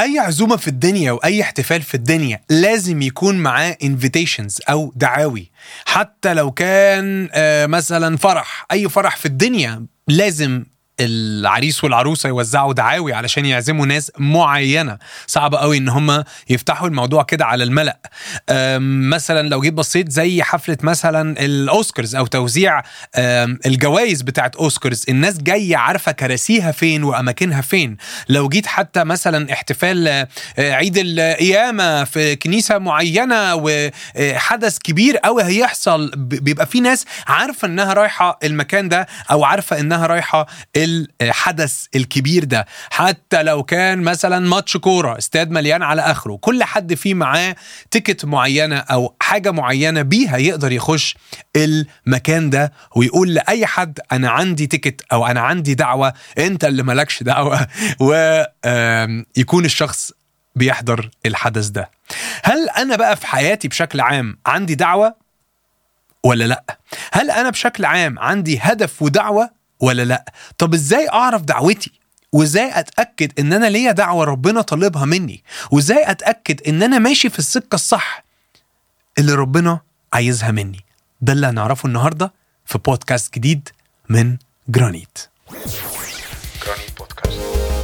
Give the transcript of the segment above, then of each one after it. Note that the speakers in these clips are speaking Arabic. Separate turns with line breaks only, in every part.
أي عزومة في الدنيا وأي احتفال في الدنيا لازم يكون معاه invitations أو دعاوي. حتى لو كان مثلا فرح، أي فرح في الدنيا لازم العريس والعروسة يوزعوا دعاوي علشان يعزموا ناس معينة. صعب قوي ان هم يفتحوا الموضوع كده على الملأ. مثلا لو جيت بصيت زي حفلة مثلا الأوسكارز او توزيع الجوائز بتاعت أوسكارز، الناس جاية عارفة كراسيها فين وأماكنها فين. لو جيت حتى مثلا احتفال عيد القيامة في كنيسة معينة وحدث كبير قوي هيحصل، بيبقى في ناس عارفة انها رايحة المكان ده او عارفة انها رايحة الحدث الكبير ده. حتى لو كان مثلا ماتش كورة استاد مليان على آخره، كل حد فيه معاه تيكت معينة أو حاجة معينة بيها يقدر يخش المكان ده ويقول لأي حد أنا عندي تيكت أو أنا عندي دعوة، أنت اللي ملكش دعوة، ويكون الشخص بيحضر الحدث ده. هل أنا بقى في حياتي بشكل عام عندي دعوة ولا لأ؟ هل أنا بشكل عام عندي هدف ودعوة ولا لا؟ طب ازاي اعرف دعوتي؟ وازاي اتأكد ان انا ليا دعوة ربنا طالبها مني؟ وازاي اتأكد ان انا ماشي في السكة الصح اللي ربنا عايزها مني؟ ده اللي هنعرفه النهاردة في بودكاست جديد من جرانيت. جرانيت بودكاست.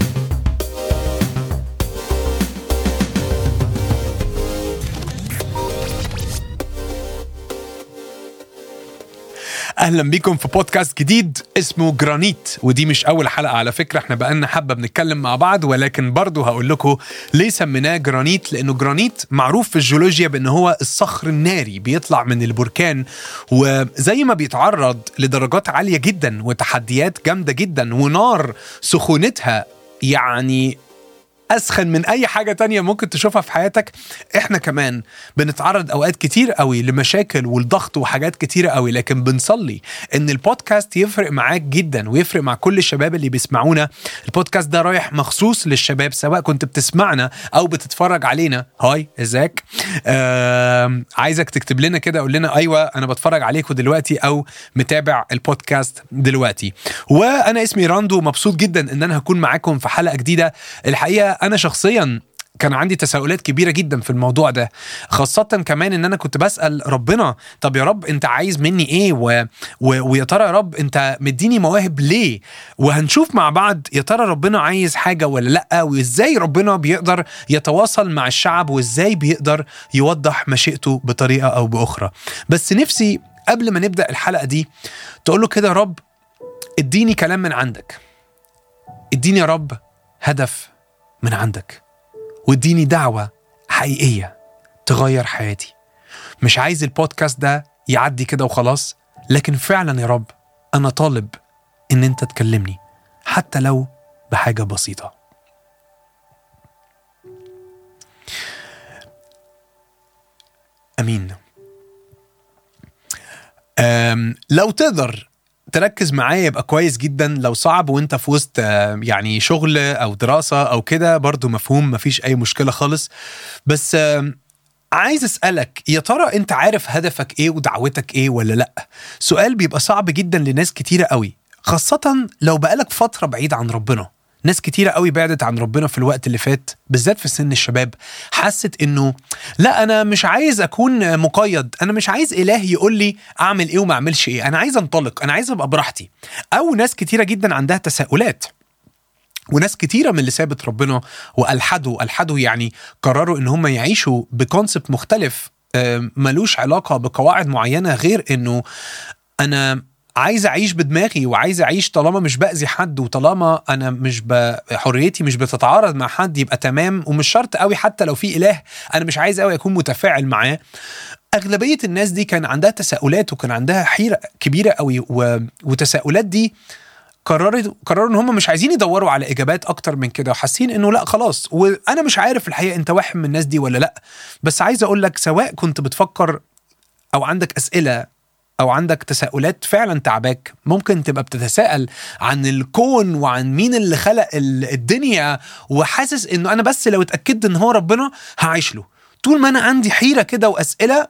أهلا بيكم في بودكاست جديد اسمه جرانيت، ودي مش أول حلقة على فكرة، احنا بقالنا حبة بنتكلم مع بعض، ولكن برضو هقول لكم ليه سميناه جرانيت. لأنه جرانيت معروف في الجيولوجيا بأنه هو الصخر الناري بيطلع من البركان، وزي ما بيتعرض لدرجات عالية جدا وتحديات جامدة جدا ونار سخونتها يعني أسخن من أي حاجة تانية ممكن تشوفها في حياتك، إحنا كمان بنتعرض أوقات كتير قوي لمشاكل والضغط وحاجات كتيرة قوي. لكن بنصلي إن البودكاست يفرق معاك جدا ويفرق مع كل الشباب اللي بيسمعونا. البودكاست ده رايح مخصوص للشباب، سواء كنت بتسمعنا أو بتتفرج علينا. هاي إزاك؟ عايزك تكتب لنا كده، قول لنا أيوة أنا بتفرج عليكم دلوقتي أو متابع البودكاست دلوقتي. وأنا اسمي راندو، مبسوط جدا إن أنا هكون معاكم في حلقة جديدة. الحقيقة أنا شخصياً كان عندي تساؤلات كبيرة جدا في الموضوع ده، خاصة كمان إن أنا كنت بسأل ربنا طب يا رب أنت عايز مني إيه؟ ويا ترى يا رب أنت مديني مواهب ليه؟ وهنشوف مع بعض يا ترى ربنا عايز حاجة ولا لأ، وإزاي ربنا بيقدر يتواصل مع الشعب، وإزاي بيقدر يوضح مشيئته بطريقة أو بأخرى. بس نفسي قبل ما نبدأ الحلقة دي تقوله كده: رب اديني كلام من عندك، اديني يا رب هدف من عندك، واديني دعوة حقيقية تغير حياتي. مش عايز البودكاست ده يعدي كده وخلاص، لكن فعلا يا رب أنا طالب إن أنت تكلمني حتى لو بحاجة بسيطة. أمين. لو تقدر تركز معايا يبقى كويس جدا. لو صعب وانت في وسط يعني شغل او دراسة او كده برضو مفهوم، مفيش اي مشكلة خالص. بس عايز اسألك يا ترى انت عارف هدفك ايه ودعوتك ايه ولا لا؟ سؤال بيبقى صعب جدا لناس كتيرة قوي، خاصة لو بقالك فترة بعيد عن ربنا. ناس كتيرة قوي بعدت عن ربنا في الوقت اللي فات، بالذات في سن الشباب. حست انه لا انا مش عايز اكون مقيد، انا مش عايز اله يقول لي اعمل ايه وما اعملش ايه، انا عايز انطلق، انا عايز ابقى براحتي. او ناس كتيرة جدا عندها تساؤلات، وناس كتيرة من اللي سابت ربنا والحدوا يعني قرروا ان هم يعيشوا بكونسبت مختلف ملوش علاقة بقواعد معينة، غير انه انا عايز أعيش بدماغي وعايز أعيش طالما مش بأذي حد، وطالما أنا مش حريتي مش بتتعارض مع حد يبقى تمام، ومش شرط قوي حتى لو في إله أنا مش عايز قوي أكون متفاعل معاه. أغلبية الناس دي كان عندها تساؤلات وكان عندها حيرة كبيرة قوي، وتساؤلات دي قرروا ان هم مش عايزين يدوروا على اجابات اكتر من كده، وحاسين انه لا خلاص. وانا مش عارف الحقيقة انت واحد من الناس دي ولا لا، بس عايز اقول لك سواء كنت بتفكر او عندك اسئلة أو عندك تساؤلات فعلا تعباك، ممكن تبقى بتتساءل عن الكون وعن مين اللي خلق الدنيا، وحاسس إنه أنا بس لو اتأكدت إن هو ربنا هعيش له. طول ما أنا عندي حيرة كده وأسئلة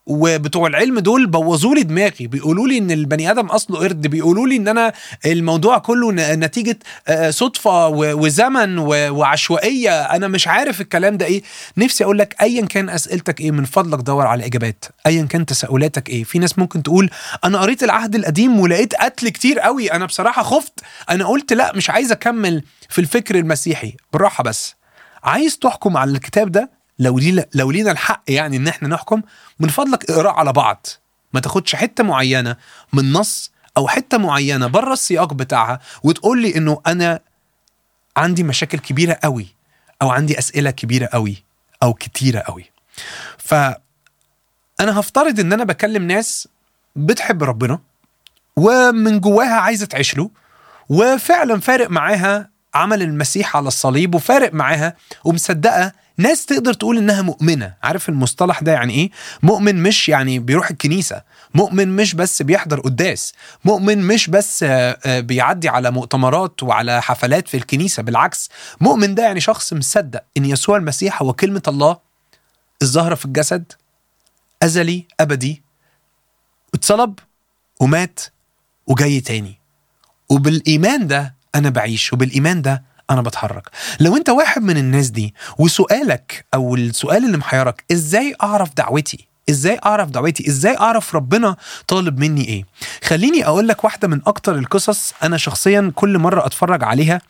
وبتوع العلم دول بوظوا لي دماغي، بيقولوا لي ان البني ادم اصله قرد، بيقولوا لي ان انا الموضوع كله نتيجه صدفه وزمن وعشوائيه، انا مش عارف الكلام ده ايه. نفسي اقول لك ايا كان اسئلتك ايه، من فضلك دور على اجابات. ايا كان تساؤلاتك ايه، في ناس ممكن تقول انا قريت العهد القديم ولقيت قتل كتير قوي، انا بصراحه خفت، انا قلت لا مش عايز اكمل في الفكر المسيحي. بالراحه بس، عايز تحكم على الكتاب ده، لو لينا الحق يعني ان احنا نحكم، من فضلك اقرأ على بعض، ما تاخدش حتة معينة من نص او حتة معينة بره السياق بتاعها وتقول لي انه انا عندي مشاكل كبيرة قوي او عندي اسئلة كبيرة قوي او كتيرة قوي. فانا هفترض ان انا بكلم ناس بتحب ربنا ومن جواها عايزة تعيش له، وفعلا فارق معاها عمل المسيح على الصليب، وفارق معاها ومصدقة ناس تقدر تقول انها مؤمنة. عارف المصطلح ده يعني ايه؟ مؤمن مش يعني بيروح الكنيسة، مؤمن مش بس بيحضر قداس، مؤمن مش بس بيعدي على مؤتمرات وعلى حفلات في الكنيسة، بالعكس، مؤمن ده يعني شخص مصدق ان يسوع المسيح هو كلمة الله الظاهرة في الجسد، أزلي أبدي، اتصلب ومات وجاي تاني، وبالإيمان ده أنا بعيش، وبالإيمان ده أنا بتحرك. لو أنت واحد من الناس دي وسؤالك أو السؤال اللي محيرك إزاي أعرف دعوتي، إزاي أعرف ربنا طالب مني إيه، خليني أقول لك واحدة من أكتر القصص أنا شخصيا كل مرة أتفرج عليها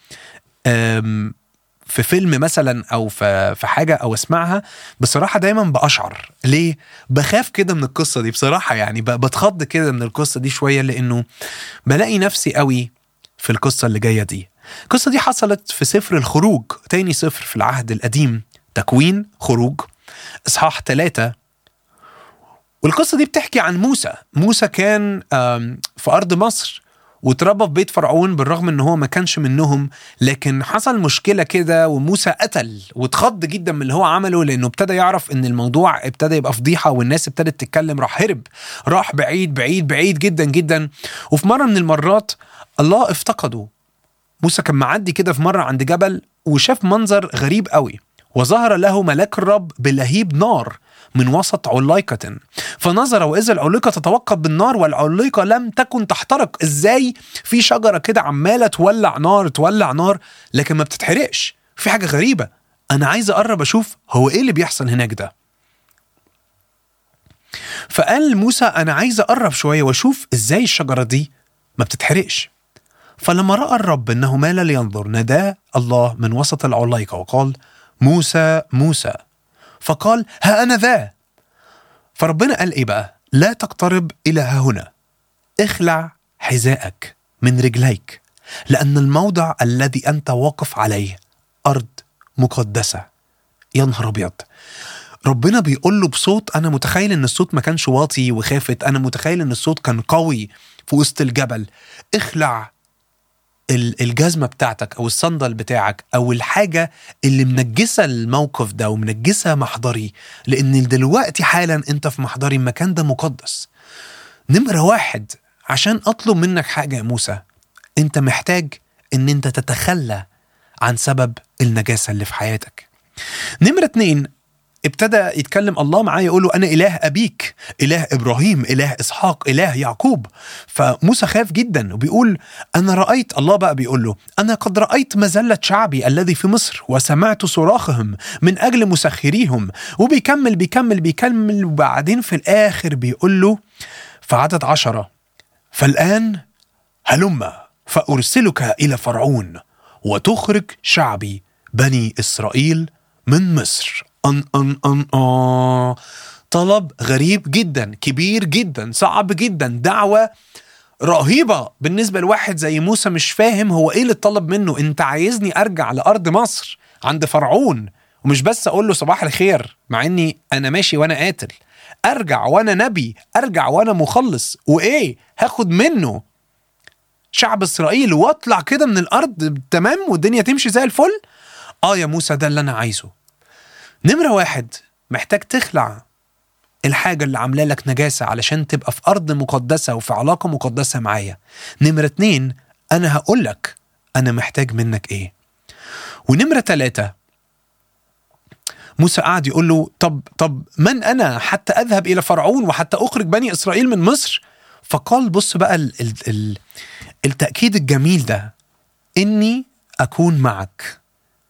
في فيلم مثلا أو في حاجة أو اسمعها، بصراحة دايما بأشعر ليه؟ بخاف كده من القصة دي بصراحة، يعني بتخض كده من القصة دي شوية، لأنه بلاقي نفسي قوي في القصة اللي جاية دي. القصة دي حصلت في سفر الخروج، تاني سفر في العهد القديم، تكوين، خروج، إصحاح 3. والقصة دي بتحكي عن موسى كان في أرض مصر واتربى في بيت فرعون، بالرغم ان هو ما كانش منهم، لكن حصل مشكلة كده وموسى قتل، واتخض جدا من اللي هو عمله، لانه ابتدى يعرف ان الموضوع ابتدى يبقى فضيحة والناس ابتدت تتكلم، راح هرب، راح بعيد بعيد بعيد جدا جدا. وفي مرة من المرات الله افتقده. موسى كان معدي كده في مرة عند جبل وشاف منظر غريب قوي، وظهر له ملاك الرب بلهيب نار من وسط عليقة، فنظر وإذا العليقة تتوقد بالنار والعليقة لم تكن تحترق. إزاي في شجرة كده عمالة تولع نار لكن ما بتتحرقش؟ في حاجة غريبة، أنا عايز أقرب أشوف هو إيه اللي بيحصل هناك ده. فقال موسى أنا عايز أقرب شوية وأشوف إزاي الشجرة دي ما بتتحرقش. فلما رأى الرب أنه مال لينظر، ناداه الله من وسط العليقة وقال موسى موسى، فقال ها أنا ذا. فربنا قال إيه بقى؟ لا تقترب إلى ها هنا، اخلع حذاءك من رجليك، لأن الموضع الذي أنت واقف عليه أرض مقدسة. يا نهار أبيض، ربنا بيقول له بصوت، أنا متخيل أن الصوت ما كانش واطي وخافت، أنا متخيل أن الصوت كان قوي في وسط الجبل، اخلع الجزمة بتاعتك أو الصندل بتاعك أو الحاجة اللي منجسة الموقف ده ومنجسة محضري، لأن دلوقتي حالا أنت في محضري، المكان ده مقدس. نمرة 1، عشان أطلب منك حاجة يا موسى، أنت محتاج أن أنت تتخلى عن سبب النجاسة اللي في حياتك. نمرة 2، ابتدى يتكلم الله معاه يقول له أنا إله أبيك، إله إبراهيم، إله إسحاق، إله يعقوب. فموسى خاف جدا وبيقول أنا رأيت، الله بقى بيقول له أنا قد رأيت مذلة شعبي الذي في مصر وسمعت صراخهم من أجل مسخريهم. وبيكمل بيكمل بيكمل وبعدين في الآخر بيقول له في عدد 10 فالآن هلم فأرسلك إلى فرعون وتخرج شعبي بني إسرائيل من مصر. طلب غريب جدا، كبير جدا، صعب جدا، دعوة رهيبة بالنسبة لواحد زي موسى مش فاهم هو ايه اللي طلب منه. انت عايزني ارجع لأرض مصر عند فرعون ومش بس اقول له صباح الخير مع اني انا ماشي وانا قاتل، ارجع وانا نبي، ارجع وانا مخلص، وايه هاخد منه شعب اسرائيل واطلع كده من الارض تمام والدنيا تمشي زي الفل؟ يا موسى ده اللي انا عايزه. نمرة 1، محتاج تخلع الحاجة اللي عاملة لك نجاسة علشان تبقى في أرض مقدسة وفي علاقة مقدسة معايا. نمرة 2، أنا هقول لك أنا محتاج منك إيه. ونمرة 3، موسى قاعد يقول له طب من أنا حتى أذهب إلى فرعون وحتى أخرج بني إسرائيل من مصر؟ فقال بص بقى التأكيد الجميل ده، إني أكون معك،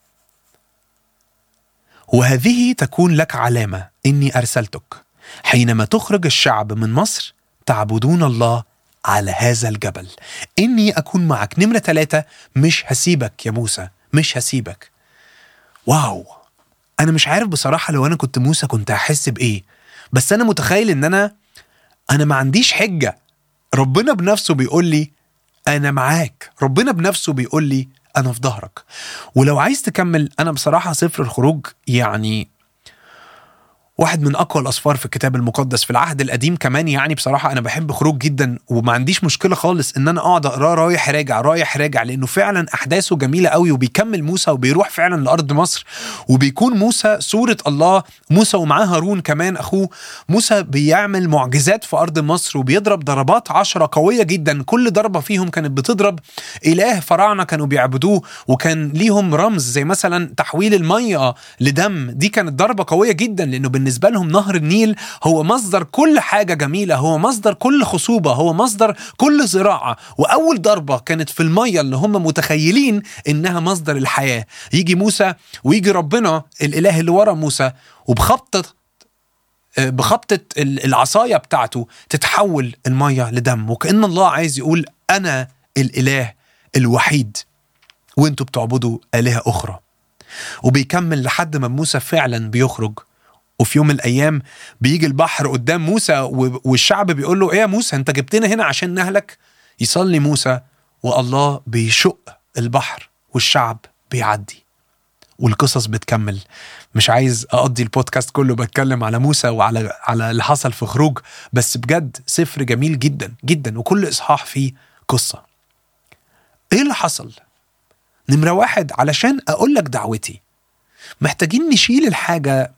وهذه تكون لك علامة إني أرسلتك، حينما تخرج الشعب من مصر تعبدون الله على هذا الجبل، إني أكون معك. نمرة 3، مش هسيبك يا موسى، مش هسيبك. واو، أنا مش عارف بصراحة لو أنا كنت موسى كنت هحس بإيه، بس أنا متخيل إن أنا ما عنديش حجة. ربنا بنفسه بيقول لي أنا معاك، ربنا بنفسه بيقول لي أنا في ظهرك. ولو عايز تكمل، أنا بصراحة سفر الخروج يعني واحد من أقوى الأسفار في الكتاب المقدس في العهد القديم كمان. يعني بصراحة أنا بحب خروج جدا، وما عنديش مشكلة خالص إن أنا أقعد أقراه رايح راجع، لأنه فعلا أحداثه جميلة قوي. وبيكمل موسى وبيروح فعلا لأرض مصر، وبيكون موسى صورة الله، موسى ومعاه هارون كمان أخوه. موسى بيعمل معجزات في أرض مصر، وبيضرب ضربات 10 قوية جدا. كل ضربة فيهم كانت بتضرب إله فراعنة كانوا بيعبدوه، وكان ليهم رمز، زي مثلا تحويل المية لدم. دي كانت ضربة قوية جدا، لأنه بالنسبة لهم نهر النيل هو مصدر كل حاجة جميلة، هو مصدر كل خصوبة، هو مصدر كل زراعة. وأول ضربة كانت في المية اللي هم متخيلين إنها مصدر الحياة. يجي موسى ويجي ربنا الإله اللي ورا موسى، وبخبطة العصاية بتاعته تتحول المية لدم. وكأن الله عايز يقول أنا الإله الوحيد وانتوا بتعبدوا آلهة أخرى. وبيكمل لحد ما موسى فعلا بيخرج. وفي يوم من الأيام بيجي البحر قدام موسى، والشعب بيقول له إيه يا موسى، أنت جبتنا هنا عشان نهلك؟ يصلي موسى والله بيشق البحر والشعب بيعدي. والقصص بتكمل. مش عايز أقضي البودكاست كله بتكلم على موسى وعلى اللي حصل في خروج، بس بجد سفر جميل جدا جدا، وكل إصحاح فيه قصة. إيه اللي حصل؟ نمرة 1، علشان أقول لك دعوتي محتاجين نشيل الحاجة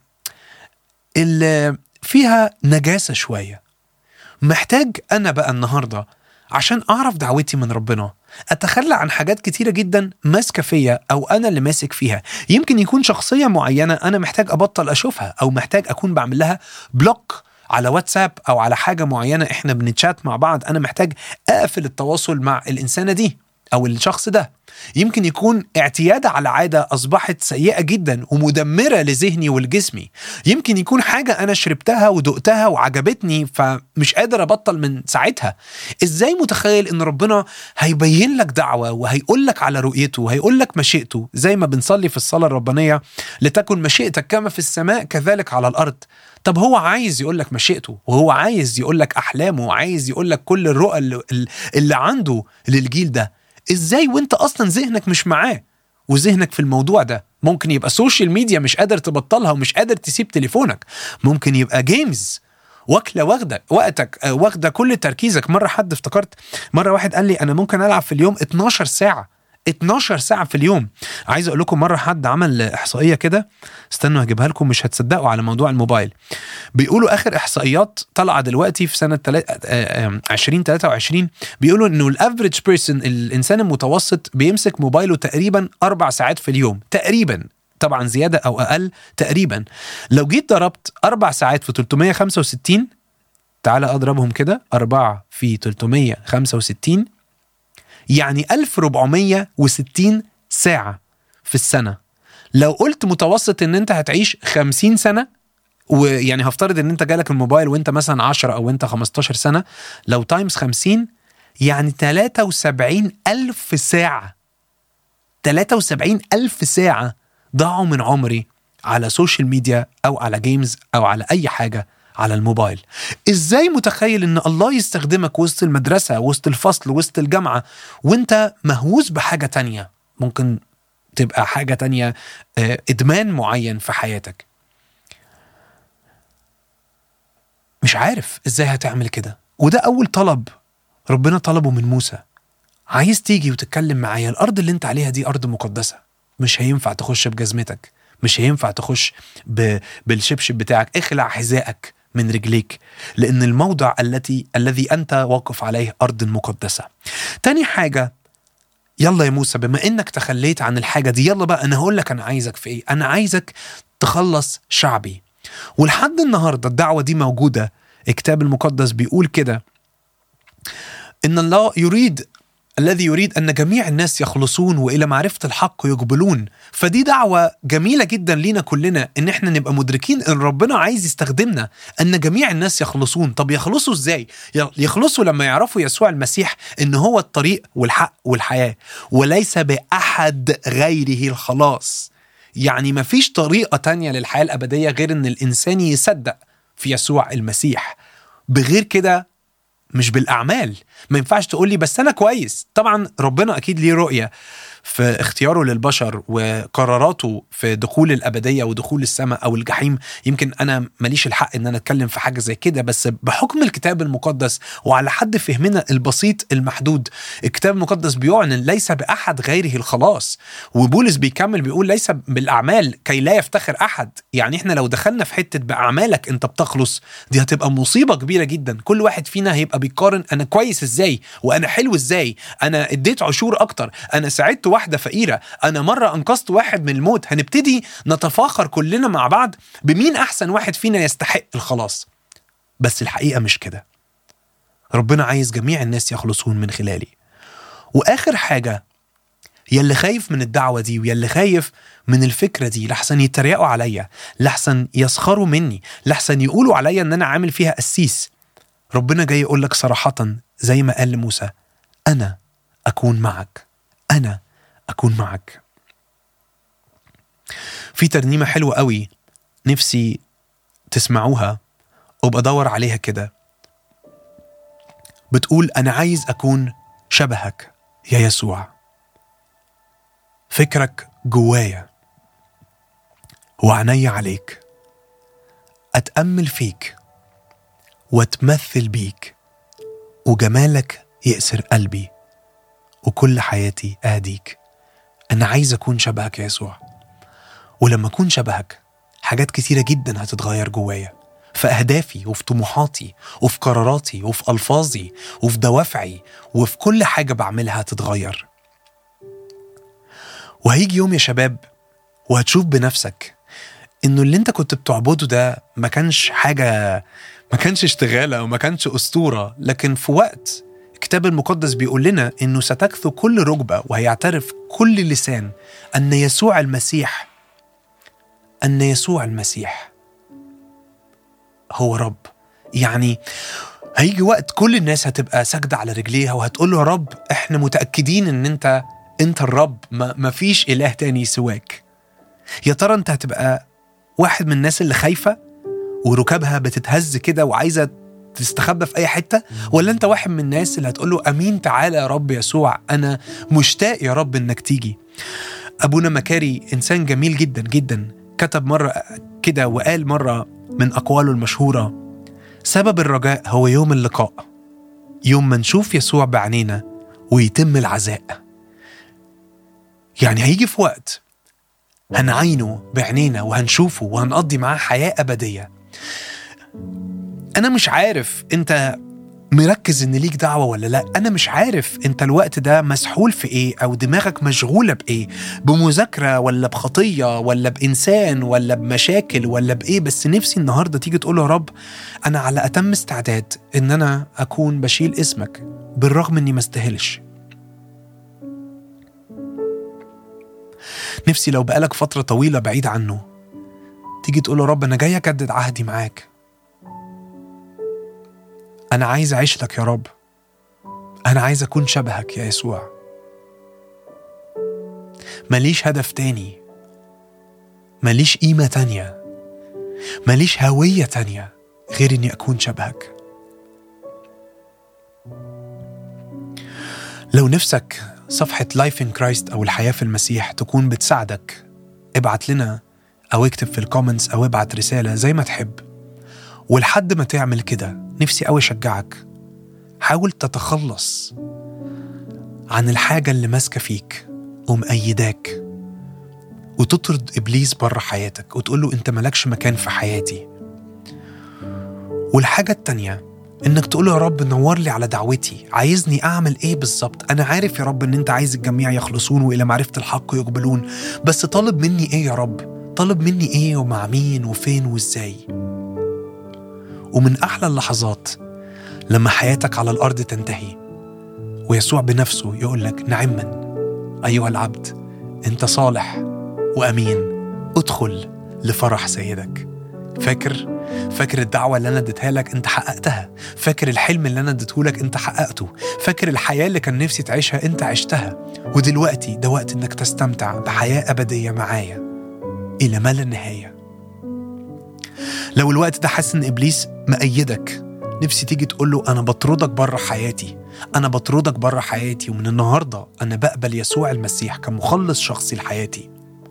اللي فيها نجاسة شوية. محتاج أنا بقى النهاردة عشان أعرف دعوتي من ربنا أتخلى عن حاجات كتيرة جدا ماسكة فيا، أو أنا اللي ماسك فيها. يمكن يكون شخصية معينة أنا محتاج أبطل أشوفها، أو محتاج أكون بعمل لها بلوك على واتساب، أو على حاجة معينة إحنا بنتشات مع بعض أنا محتاج أقفل التواصل مع الإنسانة دي أو الشخص ده. يمكن يكون اعتياد على عادة أصبحت سيئة جدا ومدمرة لذهني ولجسمي. يمكن يكون حاجة أنا شربتها ودقتها وعجبتني فمش قادر أبطل من ساعتها. إزاي متخيل إن ربنا هيبين لك دعوة وهيقول لك على رؤيته وهيقول لك مشيئته، زي ما بنصلي في الصلاة الربانية لتكن مشيئتك كما في السماء كذلك على الأرض؟ طب هو عايز يقول لك مشيئته، وهو عايز يقول لك أحلامه، وعايز يقول لك كل الرؤى اللي عنده للجيل ده. ازاي وانت اصلا ذهنك مش معاه، وذهنك في الموضوع ده؟ ممكن يبقى سوشيال ميديا مش قادر تبطلها ومش قادر تسيب تليفونك، ممكن يبقى جيمز واكله واخده وقتك، واخده كل تركيزك. مره واحد قال لي انا ممكن العب في اليوم 12 ساعه في اليوم. عايز اقول لكم مره حد عمل احصائيه كده، استنوا هجيبها لكم مش هتصدقوا، على موضوع الموبايل. بيقولوا اخر احصائيات طالعه دلوقتي في سنه 2023، بيقولوا انه الافريج بيرسون، الانسان المتوسط، بيمسك موبايله تقريبا 4 ساعات في اليوم تقريبا، طبعا زياده او اقل تقريبا. لو جيت ضربت 4 ساعات في 365، تعال اضربهم كده، 4 في 365 يعني 1460 ساعة في السنة. لو قلت متوسط ان انت هتعيش 50 سنة، ويعني هفترض ان انت جالك الموبايل وانت مثلا 10 او انت 15 سنة، لو تايمز 50 يعني 73,000 ساعة. 73,000 ساعة ضاعوا من عمري على سوشيال ميديا او على جيمز او على اي حاجة على الموبايل. ازاي متخيل ان الله يستخدمك وسط المدرسة، وسط الفصل، وسط الجامعة، وانت مهووس بحاجة تانية؟ ممكن تبقى حاجة تانية، ادمان معين في حياتك. مش عارف ازاي هتعمل كده. وده اول طلب ربنا طلبه من موسى، عايز تيجي وتتكلم معايا. الارض اللي انت عليها دي ارض مقدسة، مش هينفع تخش بجزمتك، مش هينفع تخش بالشبشب بتاعك. اخلع حذائك من رجليك، لأن الموضع الذي أنت واقف عليه أرض مقدسة. تاني حاجة، يلا يا موسى بما إنك تخليت عن الحاجة دي، يلا بقى أنا هقول لك أنا عايزك في إيه. أنا عايزك تخلص شعبي. ولحد النهاردة الدعوة دي موجودة. الكتاب المقدس بيقول كده إن الله الذي يريد أن جميع الناس يخلصون وإلى معرفة الحق يقبلون. فدي دعوة جميلة جدا لينا كلنا، إن احنا نبقى مدركين إن ربنا عايز يستخدمنا أن جميع الناس يخلصون. طب يخلصوا إزاي؟ يخلصوا لما يعرفوا يسوع المسيح إن هو الطريق والحق والحياة، وليس بأحد غيره الخلاص. يعني مفيش طريقة تانية للحياة الأبدية غير إن الإنسان يصدق في يسوع المسيح. بغير كده مش بالأعمال. ما ينفعش تقولي بس أنا كويس. طبعا ربنا أكيد ليه رؤية في اختياره للبشر وقراراته في دخول الأبدية ودخول السماء أو الجحيم. يمكن أنا ماليش الحق إن أنا أتكلم في حاجة زي كده، بس بحكم الكتاب المقدس وعلى حد فهمنا البسيط المحدود، الكتاب المقدس بيعلن ليس بأحد غيره الخلاص. وبولس بيكمل بيقول ليس بالأعمال كي لا يفتخر أحد. يعني إحنا لو دخلنا في حتة بأعمالك أنت بتخلص، دي هتبقى مصيبة كبيرة جدا. كل واحد فينا هيبقى بيقارن أنا كويس إزاي، وأنا حلو إزاي، أنا اديت عشور أكتر، أنا ساعدت واحدة فقيرة، أنا مرة أنقذت واحد من الموت. هنبتدي نتفاخر كلنا مع بعض بمين أحسن واحد فينا يستحق الخلاص. بس الحقيقة مش كده. ربنا عايز جميع الناس يخلصون من خلالي. وآخر حاجة، يلي خايف من الدعوة دي ويلي خايف من الفكرة دي لحسن يتريقوا عليا، لحسن يسخروا مني، لحسن يقولوا عليا أن أنا عامل فيها قسيس، ربنا جاي يقول لك صراحة زي ما قال لموسى: أنا أكون معك، أنا أكون معك. في ترنيمة حلوة قوي نفسي تسمعوها وبدور عليها كده، بتقول: أنا عايز أكون شبهك يا يسوع، فكرك جوايا وعيني عليك، أتأمل فيك واتمثل بيك، وجمالك يأسر قلبي وكل حياتي أهديك. أنا عايز أكون شبهك يا يسوع. ولما أكون شبهك حاجات كتيرة جدا هتتغير جوايا، في أهدافي وفي طموحاتي وفي قراراتي وفي ألفاظي وفي دوافعي وفي كل حاجة بعملها هتتغير. وهيجي يوم يا شباب وهتشوف بنفسك إنه اللي أنت كنت بتعبده ده ما كانش حاجة، ما كانش اشتغالة وما كانش أسطورة، لكن في وقت الكتاب المقدس بيقول لنا إنه ستكثو كل ركبة وهيعترف كل لسان أن يسوع المسيح هو رب. يعني هيجي وقت كل الناس هتبقى ساجدة على رجليها وهتقول له: يا رب احنا متأكدين ان انت الرب، ما فيش إله تاني سواك. يا ترى انت هتبقى واحد من الناس اللي خايفة وركابها بتتهز كده وعايزة تستخبى في أي حتة، ولا أنت واحد من الناس اللي هتقوله: أمين تعالى يا رب يسوع، أنا مشتاق يا رب إنك تيجي. أبونا مكاري إنسان جميل جدا جدا، كتب مرة كده وقال مرة من أقواله المشهورة: سبب الرجاء هو يوم اللقاء، يوم ما نشوف يسوع بعينينا ويتم العزاء. يعني هيجي في وقت هنعينه بعينينا وهنشوفه وهنقضي معاه حياة أبدية. أنا مش عارف أنت مركز إن ليك دعوة ولا لا، أنا مش عارف أنت الوقت ده مسحول في إيه أو دماغك مشغولة بإيه، بمذاكرة ولا بخطية ولا بإنسان ولا بمشاكل ولا بإيه، بس نفسي النهاردة تيجي تقول يا رب أنا على أتم استعداد إن أنا أكون بشيل اسمك بالرغم إني ما استاهلش. نفسي لو بقالك فترة طويلة بعيد عنه تيجي تقول يا رب أنا جاي أجدد عهدي معاك، أنا عايز أعيش لك يا رب، أنا عايز أكون شبهك يا يسوع، ماليش هدف تاني، ماليش قيمة تانية، ماليش هوية تانية غير إني أكون شبهك. لو نفسك صفحة Life in Christ أو الحياة في المسيح تكون بتساعدك، ابعت لنا أو اكتب في الكومنتس أو ابعت رسالة زي ما تحب. ولحد ما تعمل كده نفسي أوي أشجعك، حاول تتخلص عن الحاجة اللي ماسكة فيك ومأيداك، وتطرد إبليس بره حياتك وتقول له أنت ملكش مكان في حياتي. والحاجة التانية إنك تقول له يا رب نور لي على دعوتي، عايزني أعمل إيه بالظبط؟ أنا عارف يا رب إن أنت عايز الجميع يخلصون وإلى معرفة الحق يقبلون، بس طالب مني إيه يا رب؟ طالب مني ايه ومع مين وفين وازاي. ومن احلى اللحظات لما حياتك على الارض تنتهي ويسوع بنفسه يقولك نعما ايها العبد، انت صالح وامين، ادخل لفرح سيدك. فاكر الدعوة اللي أنا اديتها لك أنت حققتها، فاكر الحلم اللي أنا اديته لك أنت حققته، فاكر الحياة اللي كان نفسي تعيشها أنت عشتها، ودلوقتي ده وقت أنك تستمتع بحياة أبدية معايا إلى ما لا نهاية. لو الوقت ده حاسس إن إبليس مأيدك، نفسي تيجي تقول له أنا بطردك بره حياتي، أنا بطردك بره حياتي، ومن النهاردة أنا بقبل يسوع المسيح كمخلص شخصي لحياتي.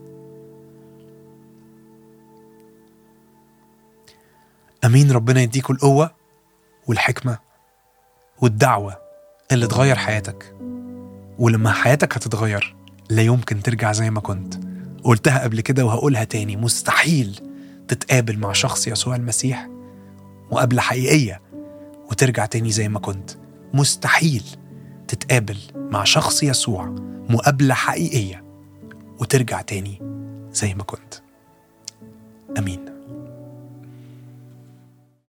أمين. ربنا يديكوا القوة والحكمة والدعوة اللي تغير حياتك، ولما حياتك هتتغير لا يمكن ترجع زي ما كنت. قلتها قبل كده وهقولها تاني، مستحيل تتقابل مع شخص يسوع المسيح مقابلة حقيقية وترجع تاني زي ما كنت. مستحيل تتقابل مع شخص يسوع مقابلة حقيقية وترجع تاني زي ما كنت. أمين.